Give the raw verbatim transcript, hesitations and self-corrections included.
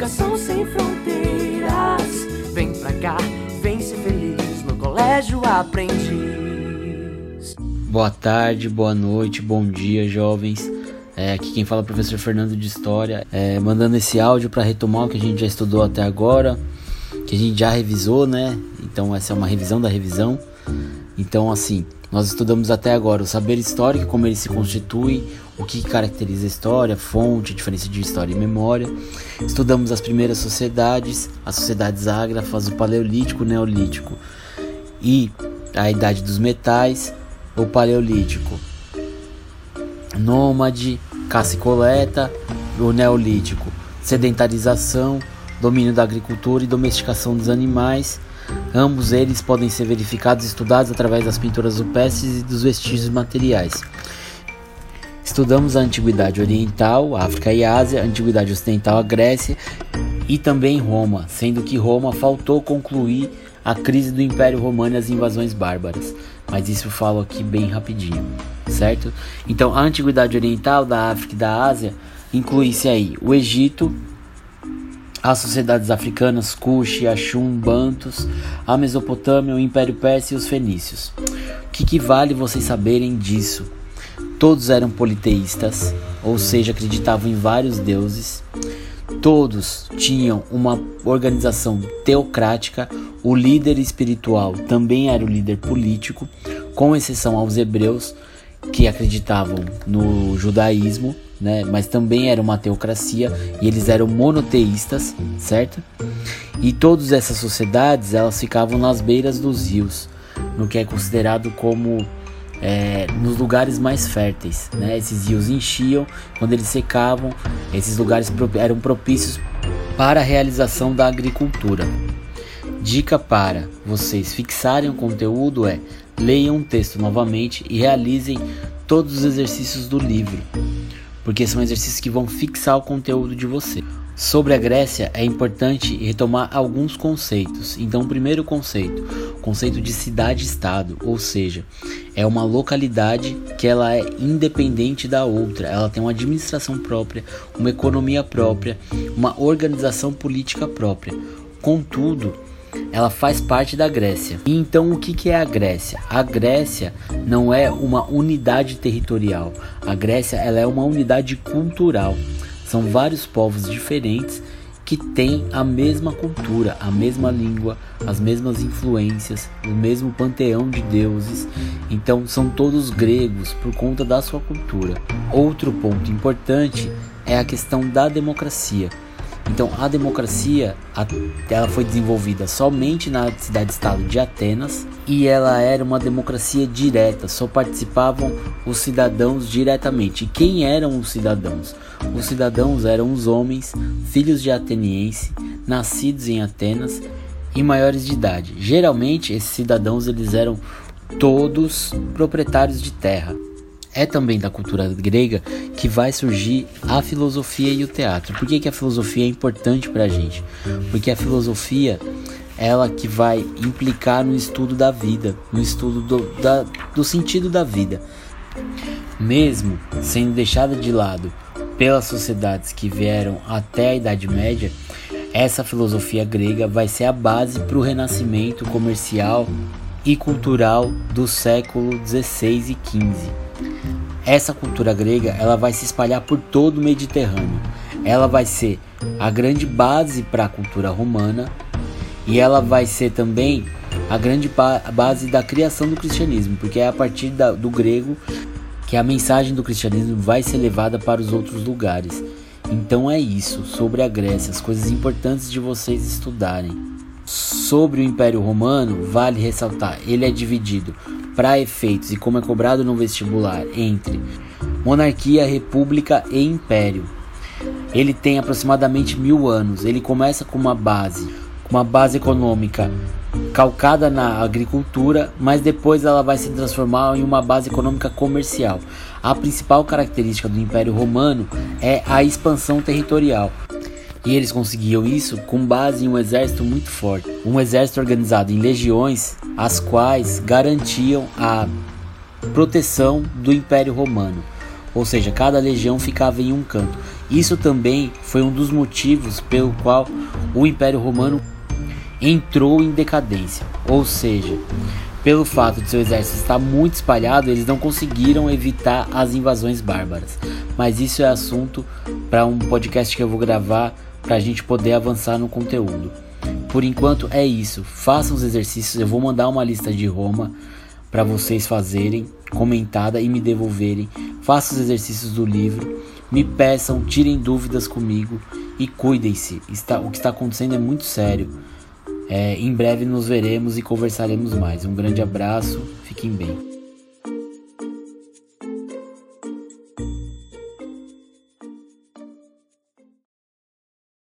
educação sem fronteiras. Vem pra cá, vem ser feliz no Colégio Aprendiz. Boa tarde, boa noite, bom dia, jovens. É, aqui quem fala é o professor Fernando de História, é, mandando esse áudio para retomar o que a gente já estudou até agora, que a gente já revisou, né? Então essa é uma revisão da revisão. Então assim, nós estudamos até agora o saber histórico, como ele se constitui, o que caracteriza a história, fonte, a diferença de história e memória. Estudamos as primeiras sociedades, as sociedades ágrafas, o paleolítico, o neolítico e a idade dos metais, o paleolítico nômade, caça e coleta, o neolítico sedentarização, domínio da agricultura e domesticação dos animais. Ambos eles podem ser verificados e estudados através das pinturas rupestres e dos vestígios materiais. Estudamos a Antiguidade Oriental, África e Ásia, a Antiguidade Ocidental, a Grécia e também Roma, sendo que Roma faltou concluir a crise do Império Romano e as invasões bárbaras. Mas isso eu falo aqui bem rapidinho, certo? Então a Antiguidade Oriental, da África e da Ásia, inclui-se aí o Egito, as sociedades africanas, Kush, Axum, Bantus, a Mesopotâmia, o Império Persa e os Fenícios. O que, que vale vocês saberem disso? Todos eram politeístas, ou seja, acreditavam em vários deuses. Todos tinham uma organização teocrática. O líder espiritual também era o líder político, com exceção aos hebreus, que acreditavam no judaísmo, né? Mas também era uma teocracia e eles eram monoteístas, certo? E todas essas sociedades, elas ficavam nas beiras dos rios, no que é considerado como é, nos lugares mais férteis, né? Esses rios enchiam, quando eles secavam, esses lugares eram propícios para a realização da agricultura. Dica para vocês fixarem o conteúdo é: leiam o texto novamente e realizem todos os exercícios do livro, porque são exercícios que vão fixar o conteúdo de você. Sobre a Grécia é importante retomar alguns conceitos. Então, o primeiro conceito, o conceito de cidade-estado, ou seja, é uma localidade que ela é independente da outra, ela tem uma administração própria, uma economia própria, uma organização política própria. Contudo, ela faz parte da Grécia. E então o que, que é a Grécia? A Grécia não é uma unidade territorial. A Grécia ela é uma unidade cultural. São vários povos diferentes que têm a mesma cultura, a mesma língua, as mesmas influências, o mesmo panteão de deuses. Então são todos gregos por conta da sua cultura. Outro ponto importante é a questão da democracia. Então a democracia ela foi desenvolvida somente na cidade-estado de Atenas e ela era uma democracia direta, só participavam os cidadãos diretamente. E quem eram os cidadãos? Os cidadãos eram os homens, filhos de ateniense, nascidos em Atenas e maiores de idade. Geralmente esses cidadãos eles eram todos proprietários de terra. É também da cultura grega que vai surgir a filosofia e o teatro. Por que, que a filosofia é importante para a gente? Porque a filosofia ela que vai implicar no estudo da vida, no estudo do, da, do sentido da vida. Mesmo sendo deixada de lado pelas sociedades que vieram até a Idade Média, essa filosofia grega vai ser a base para o renascimento comercial e cultural do século dezesseis e quinze. Essa cultura grega ela vai se espalhar por todo o Mediterrâneo. Ela vai ser a grande base para a cultura romana e ela vai ser também a grande ba- base da criação do cristianismo, porque é a partir da, do grego que a mensagem do cristianismo vai ser levada para os outros lugares. Então é isso sobre a Grécia, as coisas importantes de vocês estudarem. Sobre o Império Romano, vale ressaltar, ele é dividido para efeitos e como é cobrado no vestibular entre monarquia, república e império. Ele tem aproximadamente mil anos. Ele começa com uma base, uma base econômica calcada na agricultura, mas depois ela vai se transformar em uma base econômica comercial. A principal característica do Império Romano é a expansão territorial. E eles conseguiam isso com base em um exército muito forte. Um exército organizado em legiões, as quais garantiam a proteção do Império Romano. Ou seja, cada legião ficava em um canto. Isso também foi um dos motivos pelo qual o Império Romano entrou em decadência, ou seja, pelo fato de seu exército estar muito espalhado, eles não conseguiram evitar as invasões bárbaras. Mas isso é assunto para um podcast que eu vou gravar para a gente poder avançar no conteúdo. Por enquanto é isso, façam os exercícios, eu vou mandar uma lista de Roma para vocês fazerem, comentada e me devolverem. Façam os exercícios do livro, me peçam, tirem dúvidas comigo e cuidem-se. Está, o que está acontecendo é muito sério. É, em breve nos veremos e conversaremos mais. Um grande abraço, fiquem bem.